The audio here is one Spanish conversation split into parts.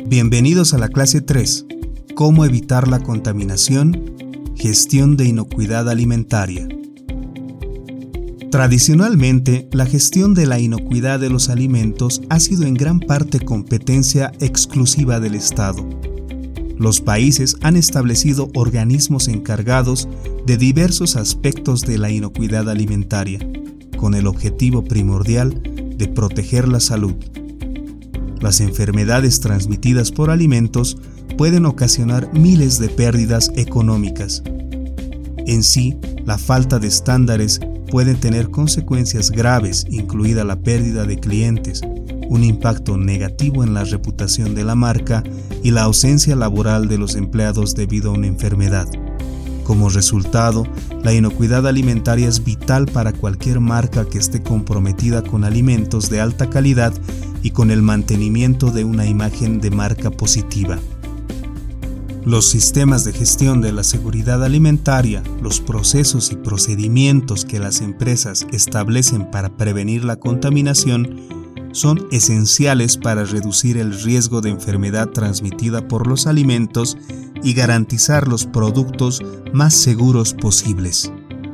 Bienvenidos a la clase 3, ¿Cómo evitar la contaminación? Gestión de inocuidad alimentaria. Tradicionalmente, la gestión de la inocuidad de los alimentos ha sido en gran parte competencia exclusiva del Estado. Los países han establecido organismos encargados de diversos aspectos de la inocuidad alimentaria, con el objetivo primordial de proteger la salud. Las enfermedades transmitidas por alimentos pueden ocasionar miles de pérdidas económicas. En sí, la falta de estándares puede tener consecuencias graves, incluida la pérdida de clientes, un impacto negativo en la reputación de la marca y la ausencia laboral de los empleados debido a una enfermedad. Como resultado, la inocuidad alimentaria es vital para cualquier marca que esté comprometida con alimentos de alta calidad y con el mantenimiento de una imagen de marca positiva. Los sistemas de gestión de la seguridad alimentaria, los procesos y procedimientos que las empresas establecen para prevenir la contaminación, son esenciales para reducir el riesgo de enfermedad transmitida por los alimentos y garantizar los productos más seguros posibles.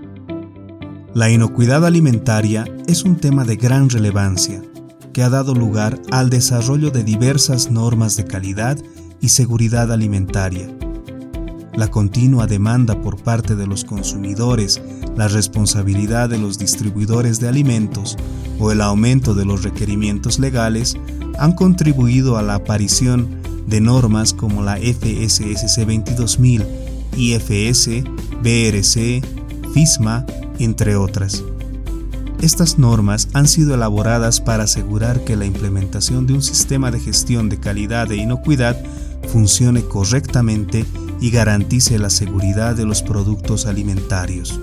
La inocuidad alimentaria es un tema de gran relevancia, que ha dado lugar al desarrollo de diversas normas de calidad y seguridad alimentaria. La continua demanda por parte de los consumidores, la responsabilidad de los distribuidores de alimentos o el aumento de los requerimientos legales han contribuido a la aparición de normas como la FSSC 22000, IFS, BRC, FISMA, entre otras. Estas normas han sido elaboradas para asegurar que la implementación de un sistema de gestión de calidad e inocuidad funcione correctamente y garantice la seguridad de los productos alimentarios.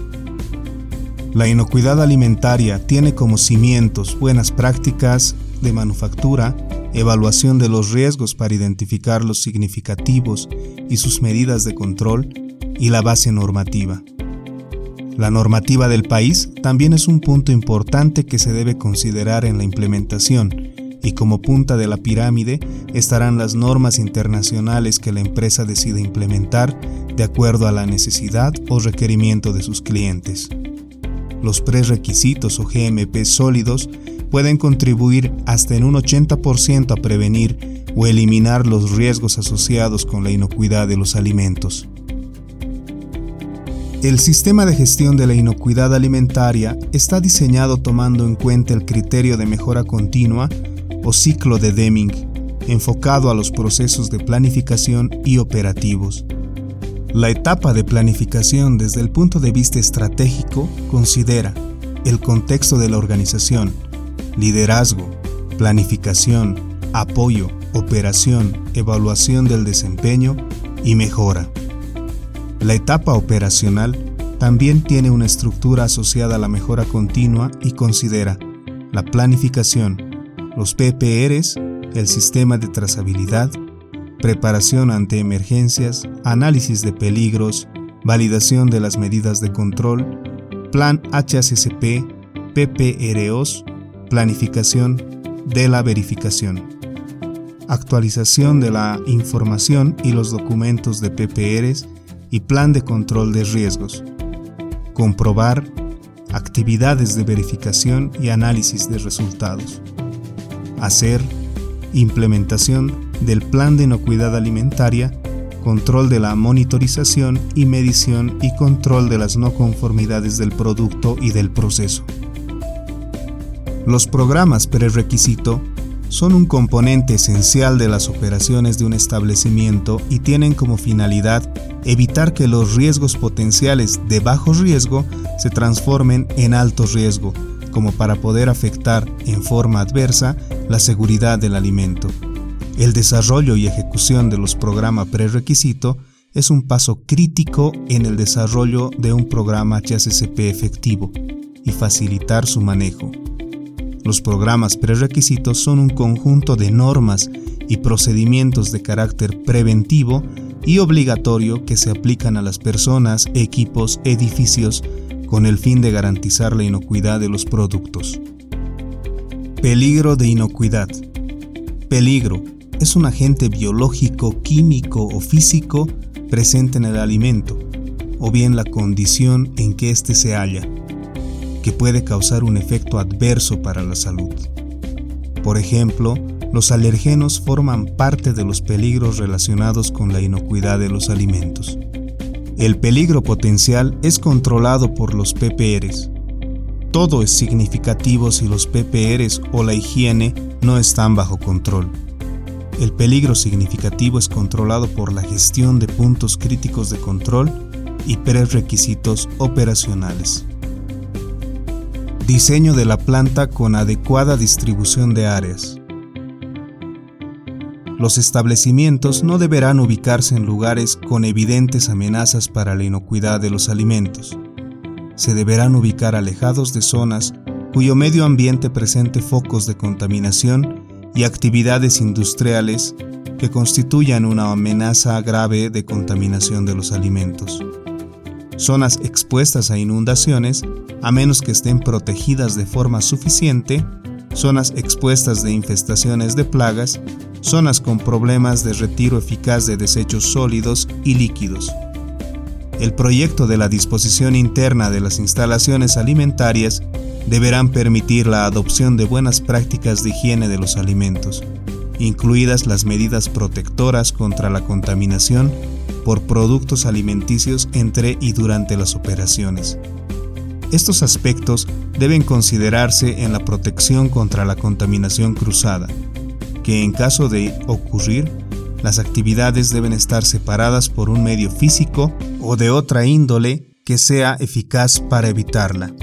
La inocuidad alimentaria tiene como cimientos buenas prácticas de manufactura, evaluación de los riesgos para identificar los significativos y sus medidas de control, y la base normativa. La normativa del país también es un punto importante que se debe considerar en la implementación, y como punta de la pirámide estarán las normas internacionales que la empresa decide implementar de acuerdo a la necesidad o requerimiento de sus clientes. Los prerequisitos o GMP sólidos pueden contribuir hasta en un 80% a prevenir o eliminar los riesgos asociados con la inocuidad de los alimentos. El sistema de gestión de la inocuidad alimentaria está diseñado tomando en cuenta el criterio de mejora continua o ciclo de Deming, enfocado a los procesos de planificación y operativos. La etapa de planificación desde el punto de vista estratégico considera el contexto de la organización, liderazgo, planificación, apoyo, operación, evaluación del desempeño y mejora. La etapa operacional también tiene una estructura asociada a la mejora continua y considera la planificación, los PPRs, el sistema de trazabilidad, preparación ante emergencias, análisis de peligros, validación de las medidas de control, plan HACCP, PPROs, planificación de la verificación, actualización de la información y los documentos de PPRs y plan de control de riesgos, comprobar, actividades de verificación y análisis de resultados, hacer, implementación del plan de inocuidad alimentaria, control de la monitorización y medición y control de las no conformidades del producto y del proceso. Los programas prerequisito son un componente esencial de las operaciones de un establecimiento y tienen como finalidad evitar que los riesgos potenciales de bajo riesgo se transformen en alto riesgo, como para poder afectar en forma adversa la seguridad del alimento. El desarrollo y ejecución de los programas prerequisito es un paso crítico en el desarrollo de un programa HACCP efectivo y facilitar su manejo. Los programas prerequisitos son un conjunto de normas y procedimientos de carácter preventivo y obligatorio que se aplican a las personas, equipos, edificios, con el fin de garantizar la inocuidad de los productos. Peligro de inocuidad. Peligro es un agente biológico, químico o físico presente en el alimento, o bien la condición en que éste se halla, que puede causar un efecto adverso para la salud. Por ejemplo, los alergenos forman parte de los peligros relacionados con la inocuidad de los alimentos. El peligro potencial es controlado por los PPRs. Todo es significativo si los PPRs o la higiene no están bajo control. El peligro significativo es controlado por la gestión de puntos críticos de control y prerequisitos operacionales. Diseño de la planta con adecuada distribución de áreas. Los establecimientos no deberán ubicarse en lugares con evidentes amenazas para la inocuidad de los alimentos. Se deberán ubicar alejados de zonas cuyo medio ambiente presente focos de contaminación y actividades industriales que constituyan una amenaza grave de contaminación de los alimentos. Zonas expuestas a inundaciones, a menos que estén protegidas de forma suficiente, zonas expuestas de infestaciones de plagas, zonas con problemas de retiro eficaz de desechos sólidos y líquidos. El proyecto de la disposición interna de las instalaciones alimentarias deberán permitir la adopción de buenas prácticas de higiene de los alimentos, incluidas las medidas protectoras contra la contaminación por productos alimenticios entre y durante las operaciones. Estos aspectos deben considerarse en la protección contra la contaminación cruzada, que en caso de ocurrir, las actividades deben estar separadas por un medio físico o de otra índole que sea eficaz para evitarla.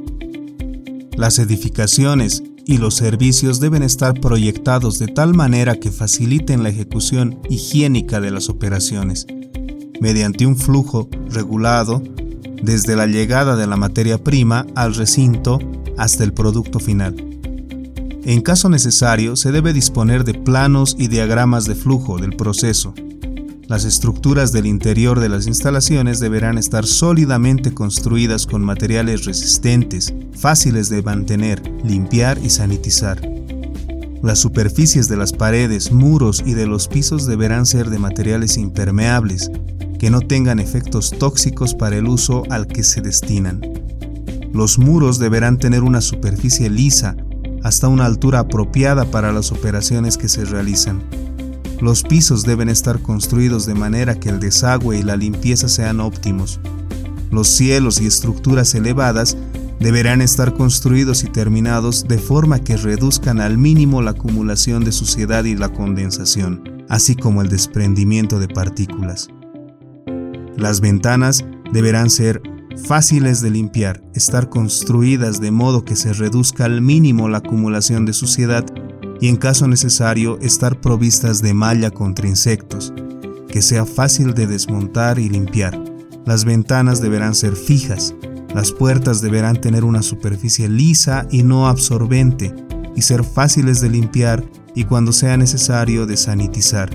Las edificaciones y los servicios deben estar proyectados de tal manera que faciliten la ejecución higiénica de las operaciones, mediante un flujo regulado desde la llegada de la materia prima al recinto hasta el producto final. En caso necesario, se debe disponer de planos y diagramas de flujo del proceso. Las estructuras del interior de las instalaciones deberán estar sólidamente construidas con materiales resistentes, fáciles de mantener, limpiar y sanitizar. Las superficies de las paredes, muros y de los pisos deberán ser de materiales impermeables, que no tengan efectos tóxicos para el uso al que se destinan. Los muros deberán tener una superficie lisa, hasta una altura apropiada para las operaciones que se realizan. Los pisos deben estar construidos de manera que el desagüe y la limpieza sean óptimos. Los cielos y estructuras elevadas deberán estar construidos y terminados de forma que reduzcan al mínimo la acumulación de suciedad y la condensación, así como el desprendimiento de partículas. Las ventanas deberán ser fáciles de limpiar, estar construidas de modo que se reduzca al mínimo la acumulación de suciedad y, en caso necesario, estar provistas de malla contra insectos, que sea fácil de desmontar y limpiar. Las ventanas deberán ser fijas, las puertas deberán tener una superficie lisa y no absorbente y ser fáciles de limpiar y, cuando sea necesario, de sanitizar.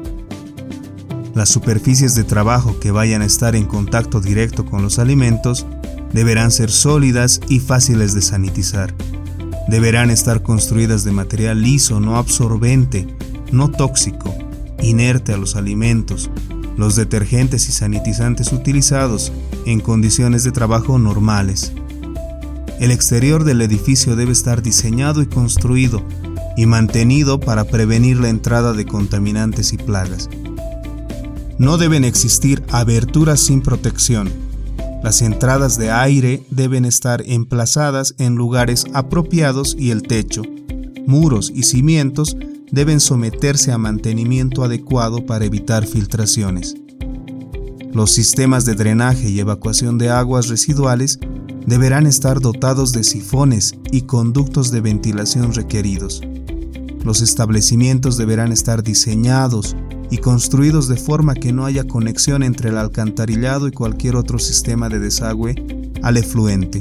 Las superficies de trabajo que vayan a estar en contacto directo con los alimentos deberán ser sólidas y fáciles de sanitizar. Deberán estar construidas de material liso, no absorbente, no tóxico, inerte a los alimentos, los detergentes y sanitizantes utilizados en condiciones de trabajo normales. El exterior del edificio debe estar diseñado y construido y mantenido para prevenir la entrada de contaminantes y plagas. No deben existir aberturas sin protección. Las entradas de aire deben estar emplazadas en lugares apropiados y el techo, muros y cimientos deben someterse a mantenimiento adecuado para evitar filtraciones. Los sistemas de drenaje y evacuación de aguas residuales deberán estar dotados de sifones y conductos de ventilación requeridos. Los establecimientos deberán estar diseñados y construidos de forma que no haya conexión entre el alcantarillado y cualquier otro sistema de desagüe al efluente.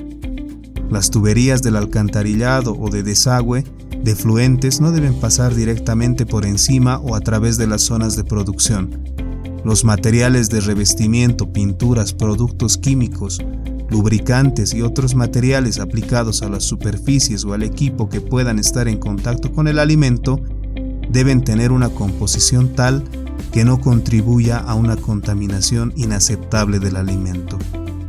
Las tuberías del alcantarillado o de desagüe de efluentes no deben pasar directamente por encima o a través de las zonas de producción. Los materiales de revestimiento, pinturas, productos químicos, lubricantes y otros materiales aplicados a las superficies o al equipo que puedan estar en contacto con el alimento deben tener una composición tal que no contribuya a una contaminación inaceptable del alimento.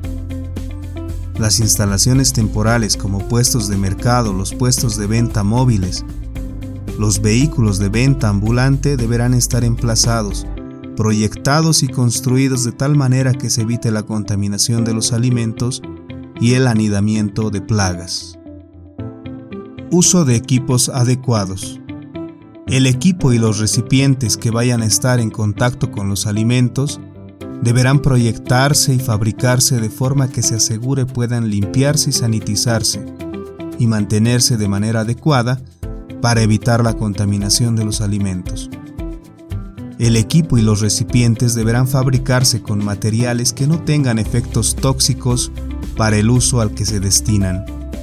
Las instalaciones temporales como puestos de mercado, los puestos de venta móviles, los vehículos de venta ambulante deberán estar emplazados, proyectados y construidos de tal manera que se evite la contaminación de los alimentos y el anidamiento de plagas. Uso de equipos adecuados. El equipo y los recipientes que vayan a estar en contacto con los alimentos deberán proyectarse y fabricarse de forma que se asegure puedan limpiarse y sanitizarse y mantenerse de manera adecuada para evitar la contaminación de los alimentos. El equipo y los recipientes deberán fabricarse con materiales que no tengan efectos tóxicos para el uso al que se destinan.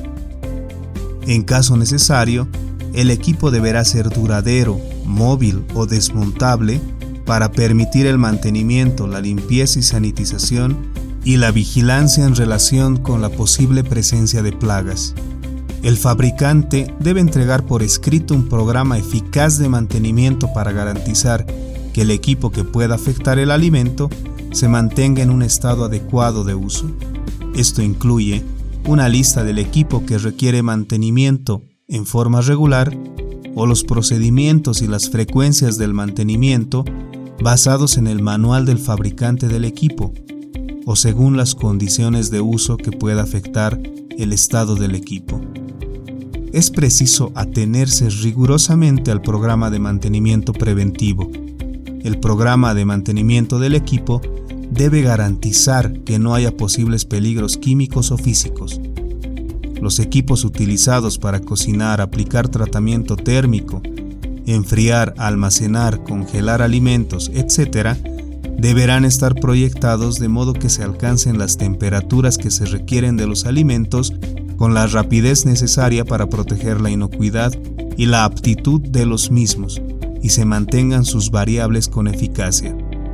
En caso necesario, el equipo deberá ser duradero, móvil o desmontable para permitir el mantenimiento, la limpieza y sanitización y la vigilancia en relación con la posible presencia de plagas. El fabricante debe entregar por escrito un programa eficaz de mantenimiento para garantizar que el equipo que pueda afectar el alimento se mantenga en un estado adecuado de uso. Esto incluye una lista del equipo que requiere mantenimiento en forma regular o los procedimientos y las frecuencias del mantenimiento basados en el manual del fabricante del equipo o según las condiciones de uso que pueda afectar el estado del equipo. Es preciso atenerse rigurosamente al programa de mantenimiento preventivo. El programa de mantenimiento del equipo debe garantizar que no haya posibles peligros químicos o físicos. Los equipos utilizados para cocinar, aplicar tratamiento térmico, enfriar, almacenar, congelar alimentos, etc., deberán estar proyectados de modo que se alcancen las temperaturas que se requieren de los alimentos con la rapidez necesaria para proteger la inocuidad y la aptitud de los mismos y se mantengan sus variables con eficacia.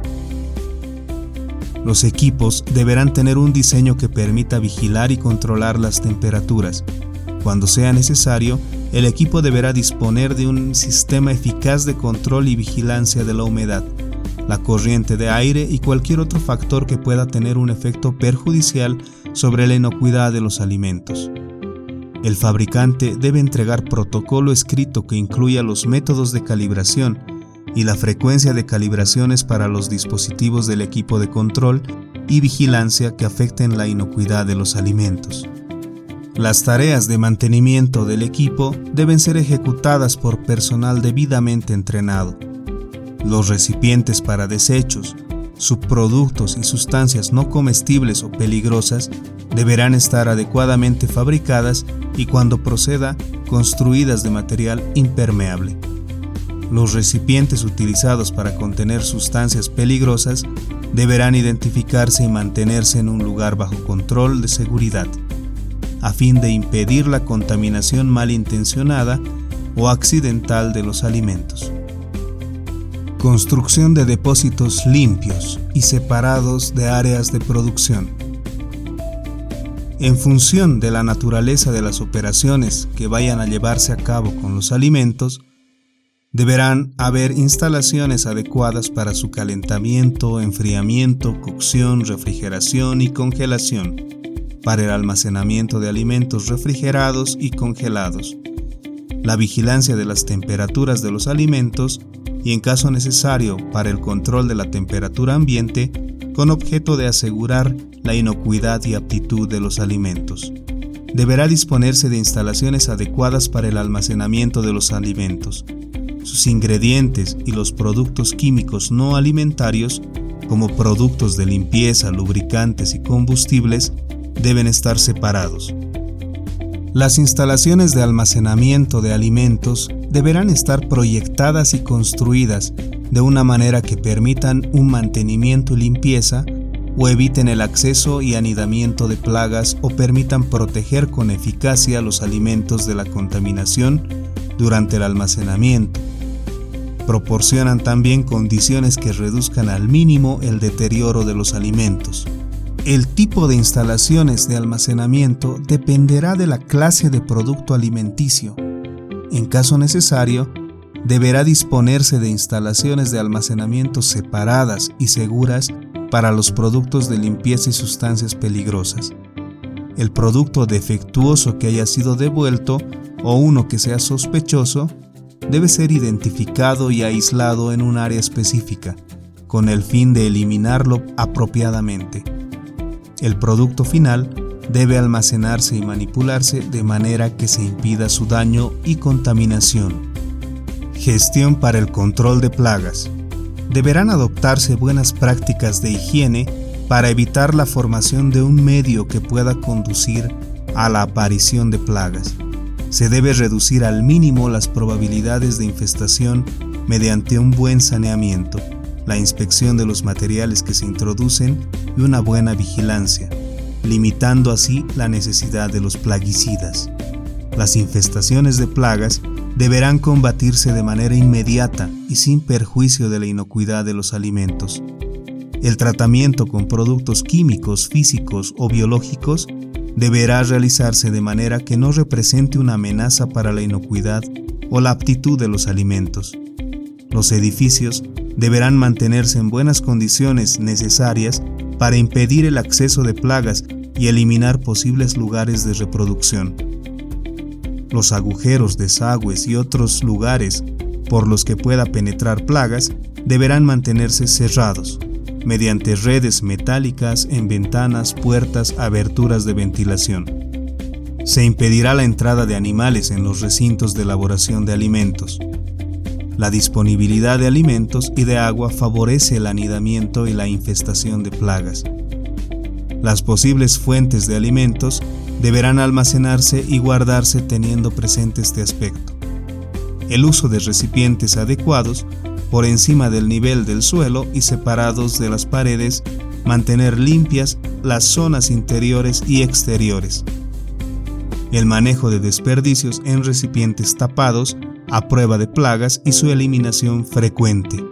Los equipos deberán tener un diseño que permita vigilar y controlar las temperaturas. Cuando sea necesario, el equipo deberá disponer de un sistema eficaz de control y vigilancia de la humedad, la corriente de aire y cualquier otro factor que pueda tener un efecto perjudicial sobre la inocuidad de los alimentos. El fabricante debe entregar protocolo escrito que incluya los métodos de calibración y la frecuencia de calibraciones para los dispositivos del equipo de control y vigilancia que afecten la inocuidad de los alimentos. Las tareas de mantenimiento del equipo deben ser ejecutadas por personal debidamente entrenado. Los recipientes para desechos, subproductos y sustancias no comestibles o peligrosas deberán estar adecuadamente fabricadas y, cuando proceda, construidas de material impermeable. Los recipientes utilizados para contener sustancias peligrosas deberán identificarse y mantenerse en un lugar bajo control de seguridad, a fin de impedir la contaminación malintencionada o accidental de los alimentos. Construcción de depósitos limpios y separados de áreas de producción. En función de la naturaleza de las operaciones que vayan a llevarse a cabo con los alimentos, deberán haber instalaciones adecuadas para su calentamiento, enfriamiento, cocción, refrigeración y congelación, para el almacenamiento de alimentos refrigerados y congelados, la vigilancia de las temperaturas de los alimentos y, en caso necesario, para el control de la temperatura ambiente, con objeto de asegurar la inocuidad y aptitud de los alimentos. Deberá disponerse de instalaciones adecuadas para el almacenamiento de los alimentos. Sus ingredientes y los productos químicos no alimentarios, como productos de limpieza, lubricantes y combustibles, deben estar separados. Las instalaciones de almacenamiento de alimentos deberán estar proyectadas y construidas de una manera que permitan un mantenimiento y limpieza o eviten el acceso y anidamiento de plagas o permitan proteger con eficacia los alimentos de la contaminación durante el almacenamiento. Proporcionan también condiciones que reduzcan al mínimo el deterioro de los alimentos. El tipo de instalaciones de almacenamiento dependerá de la clase de producto alimenticio. En caso necesario, deberá disponerse de instalaciones de almacenamiento separadas y seguras para los productos de limpieza y sustancias peligrosas. El producto defectuoso que haya sido devuelto o uno que sea sospechoso debe ser identificado y aislado en un área específica, con el fin de eliminarlo apropiadamente. El producto final debe almacenarse y manipularse de manera que se impida su daño y contaminación. Gestión para el control de plagas. Deberán adoptarse buenas prácticas de higiene para evitar la formación de un medio que pueda conducir a la aparición de plagas. Se debe reducir al mínimo las probabilidades de infestación mediante un buen saneamiento, la inspección de los materiales que se introducen y una buena vigilancia, limitando así la necesidad de los plaguicidas. Las infestaciones de plagas deberán combatirse de manera inmediata y sin perjuicio de la inocuidad de los alimentos. El tratamiento con productos químicos, físicos o biológicos deberá realizarse de manera que no represente una amenaza para la inocuidad o la aptitud de los alimentos. Los edificios deberán mantenerse en buenas condiciones necesarias para impedir el acceso de plagas y eliminar posibles lugares de reproducción. Los agujeros, desagües y otros lugares por los que pueda penetrar plagas deberán mantenerse cerrados, mediante redes metálicas en ventanas, puertas, aberturas de ventilación. Se impedirá la entrada de animales en los recintos de elaboración de alimentos. La disponibilidad de alimentos y de agua favorece el anidamiento y la infestación de plagas. Las posibles fuentes de alimentos deberán almacenarse y guardarse teniendo presente este aspecto. El uso de recipientes adecuados por encima del nivel del suelo y separados de las paredes, mantener limpias las zonas interiores y exteriores. El manejo de desperdicios en recipientes tapados a prueba de plagas y su eliminación frecuente.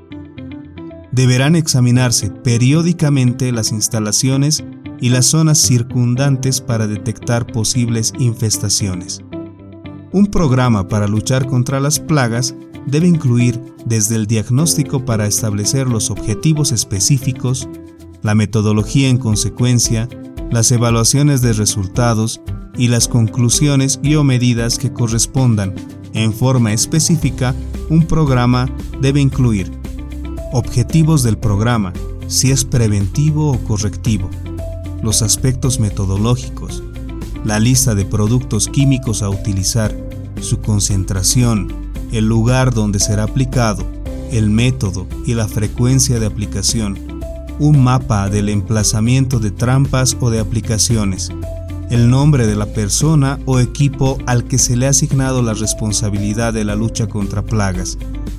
Deberán examinarse periódicamente las instalaciones y las zonas circundantes para detectar posibles infestaciones. Un programa para luchar contra las plagas debe incluir desde el diagnóstico para establecer los objetivos específicos, la metodología en consecuencia, las evaluaciones de resultados y las conclusiones y o medidas que correspondan. En forma específica, un programa debe incluir objetivos del programa, si es preventivo o correctivo, los aspectos metodológicos, la lista de productos químicos a utilizar, su concentración, el lugar donde será aplicado, el método y la frecuencia de aplicación, un mapa del emplazamiento de trampas o de aplicaciones, el nombre de la persona o equipo al que se le ha asignado la responsabilidad de la lucha contra plagas.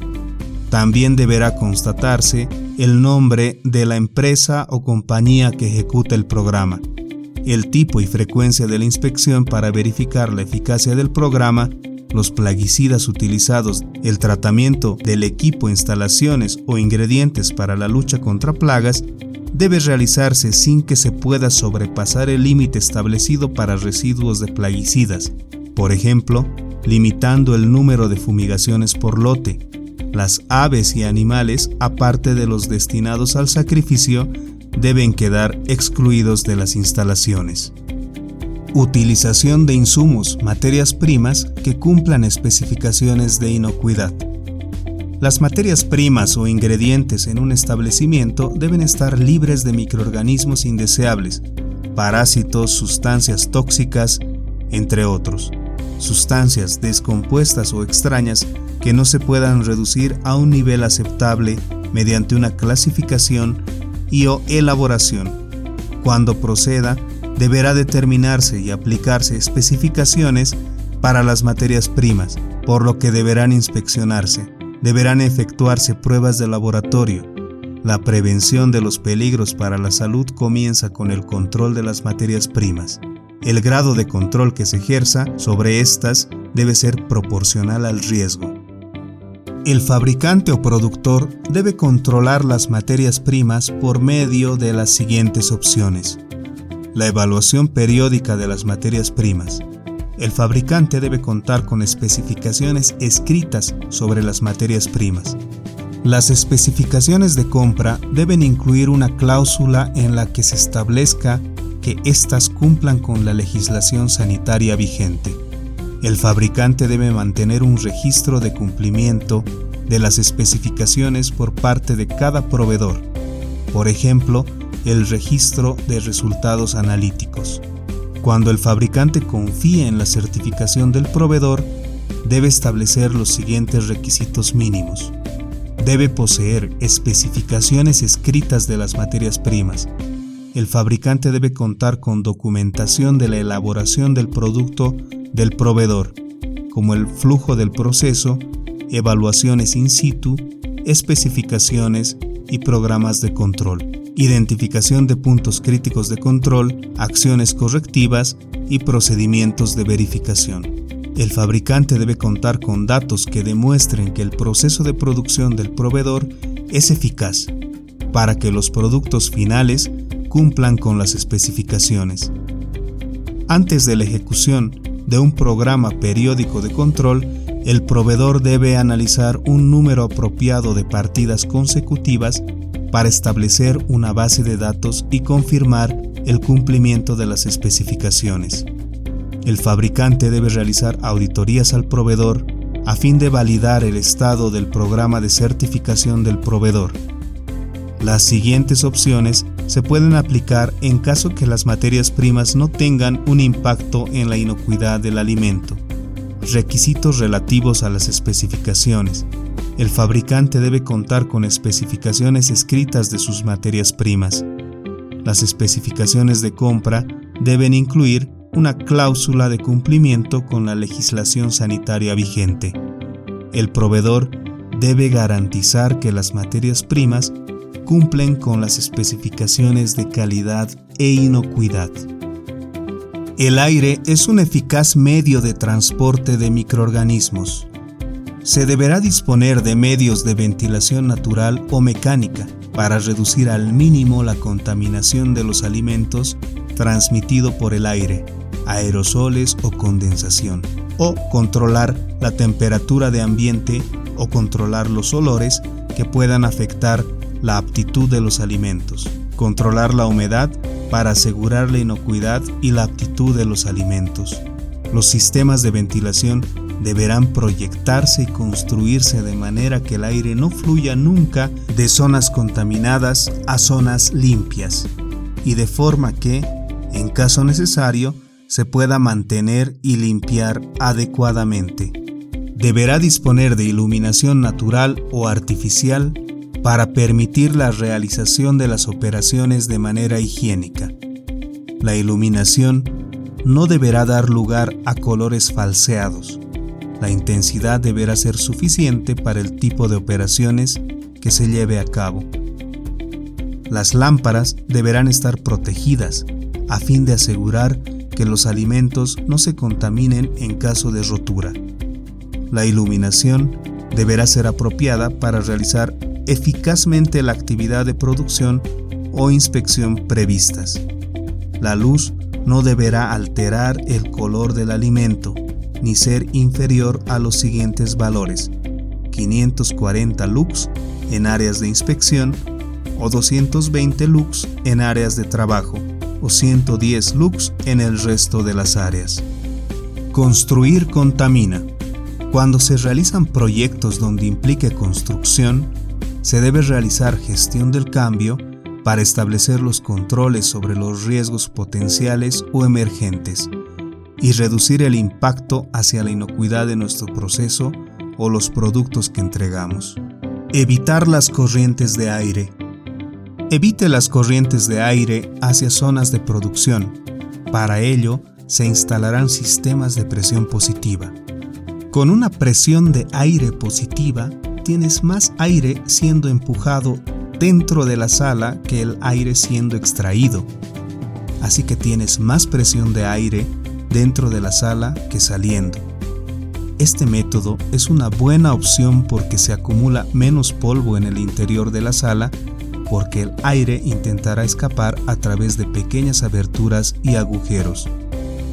También deberá constatarse el nombre de la empresa o compañía que ejecuta el programa, el tipo y frecuencia de la inspección para verificar la eficacia del programa, los plaguicidas utilizados, el tratamiento del equipo, instalaciones o ingredientes para la lucha contra plagas, debe realizarse sin que se pueda sobrepasar el límite establecido para residuos de plaguicidas, por ejemplo, limitando el número de fumigaciones por lote. Las aves y animales, aparte de los destinados al sacrificio, deben quedar excluidos de las instalaciones. Utilización de insumos, materias primas que cumplan especificaciones de inocuidad. Las materias primas o ingredientes en un establecimiento deben estar libres de microorganismos indeseables, parásitos, sustancias tóxicas, entre otros. Sustancias descompuestas o extrañas que no se puedan reducir a un nivel aceptable mediante una clasificación y o elaboración. Cuando proceda, deberá determinarse y aplicarse especificaciones para las materias primas, por lo que deberán inspeccionarse. Deberán efectuarse pruebas de laboratorio. La prevención de los peligros para la salud comienza con el control de las materias primas. El grado de control que se ejerza sobre estas debe ser proporcional al riesgo. El fabricante o productor debe controlar las materias primas por medio de las siguientes opciones. La evaluación periódica de las materias primas, El fabricante debe contar con especificaciones escritas sobre las materias primas. Las especificaciones de compra deben incluir una cláusula en la que se establezca que éstas cumplan con la legislación sanitaria vigente. El fabricante debe mantener un registro de cumplimiento de las especificaciones por parte de cada proveedor, por ejemplo, el registro de resultados analíticos. Cuando el fabricante confíe en la certificación del proveedor, debe establecer los siguientes requisitos mínimos. Debe poseer especificaciones escritas de las materias primas. El fabricante debe contar con documentación de la elaboración del producto del proveedor, como el flujo del proceso, evaluaciones in situ, especificaciones y programas de control, identificación de puntos críticos de control, acciones correctivas y procedimientos de verificación. El fabricante debe contar con datos que demuestren que el proceso de producción del proveedor es eficaz para que los productos finales cumplan con las especificaciones. Antes de la ejecución de un programa periódico de control, el proveedor debe analizar un número apropiado de partidas consecutivas para establecer una base de datos y confirmar el cumplimiento de las especificaciones. El fabricante debe realizar auditorías al proveedor a fin de validar el estado del programa de certificación del proveedor. Las siguientes opciones se pueden aplicar en caso que las materias primas no tengan un impacto en la inocuidad del alimento. Requisitos relativos a las especificaciones. El fabricante debe contar con especificaciones escritas de sus materias primas. Las especificaciones de compra deben incluir una cláusula de cumplimiento con la legislación sanitaria vigente. El proveedor debe garantizar que las materias primas cumplen con las especificaciones de calidad e inocuidad. El aire es un eficaz medio de transporte de microorganismos. Se deberá disponer de medios de ventilación natural o mecánica para reducir al mínimo la contaminación de los alimentos transmitido por el aire, aerosoles o condensación, o controlar la temperatura de ambiente o controlar los olores que puedan afectar la aptitud de los alimentos, controlar la humedad para asegurar la inocuidad y la aptitud de los alimentos. Los sistemas de ventilación deberán proyectarse y construirse de manera que el aire no fluya nunca de zonas contaminadas a zonas limpias, y de forma que, en caso necesario, se pueda mantener y limpiar adecuadamente. Deberá disponer de iluminación natural o artificial para permitir la realización de las operaciones de manera higiénica. La iluminación no deberá dar lugar a colores falseados. La intensidad deberá ser suficiente para el tipo de operaciones que se lleve a cabo. Las lámparas deberán estar protegidas a fin de asegurar que los alimentos no se contaminen en caso de rotura. La iluminación deberá ser apropiada para realizar eficazmente la actividad de producción o inspección previstas. La luz no deberá alterar el color del alimento, ni ser inferior a los siguientes valores: 540 lux en áreas de inspección, o 220 lux en áreas de trabajo, o 110 lux en el resto de las áreas. Construir contamina. Cuando se realizan proyectos donde implique construcción, se debe realizar gestión del cambio para establecer los controles sobre los riesgos potenciales o emergentes y reducir el impacto hacia la inocuidad de nuestro proceso o los productos que entregamos. Evitar las corrientes de aire. Evite las corrientes de aire hacia zonas de producción. Para ello, se instalarán sistemas de presión positiva. Con una presión de aire positiva, tienes más aire siendo empujado dentro de la sala que el aire siendo extraído. Así que tienes más presión de aire dentro de la sala que saliendo. Este método es una buena opción porque se acumula menos polvo en el interior de la sala, porque el aire intentará escapar a través de pequeñas aberturas y agujeros.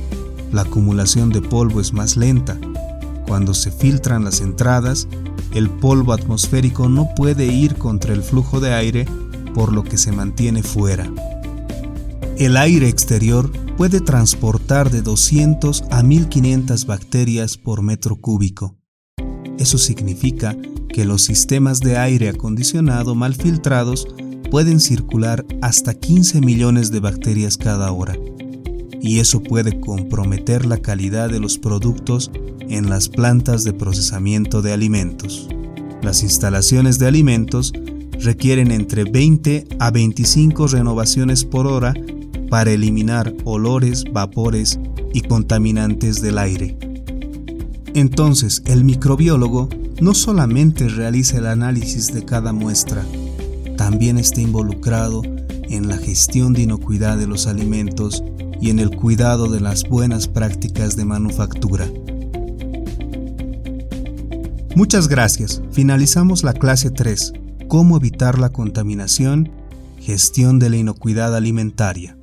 La acumulación de polvo es más lenta. Cuando se filtran las entradas, el polvo atmosférico no puede ir contra el flujo de aire, por lo que se mantiene fuera. El aire exterior puede transportar de 200 a 1500 bacterias por metro cúbico. Eso significa que los sistemas de aire acondicionado mal filtrados pueden circular hasta 15 millones de bacterias cada hora, y eso puede comprometer la calidad de los productos en las plantas de procesamiento de alimentos. Las instalaciones de alimentos requieren entre 20 a 25 renovaciones por hora para eliminar olores, vapores y contaminantes del aire. Entonces, el microbiólogo no solamente realiza el análisis de cada muestra, también está involucrado en la gestión de inocuidad de los alimentos y en el cuidado de las buenas prácticas de manufactura. Muchas gracias. Finalizamos la clase 3, cómo evitar la contaminación, gestión de la inocuidad alimentaria.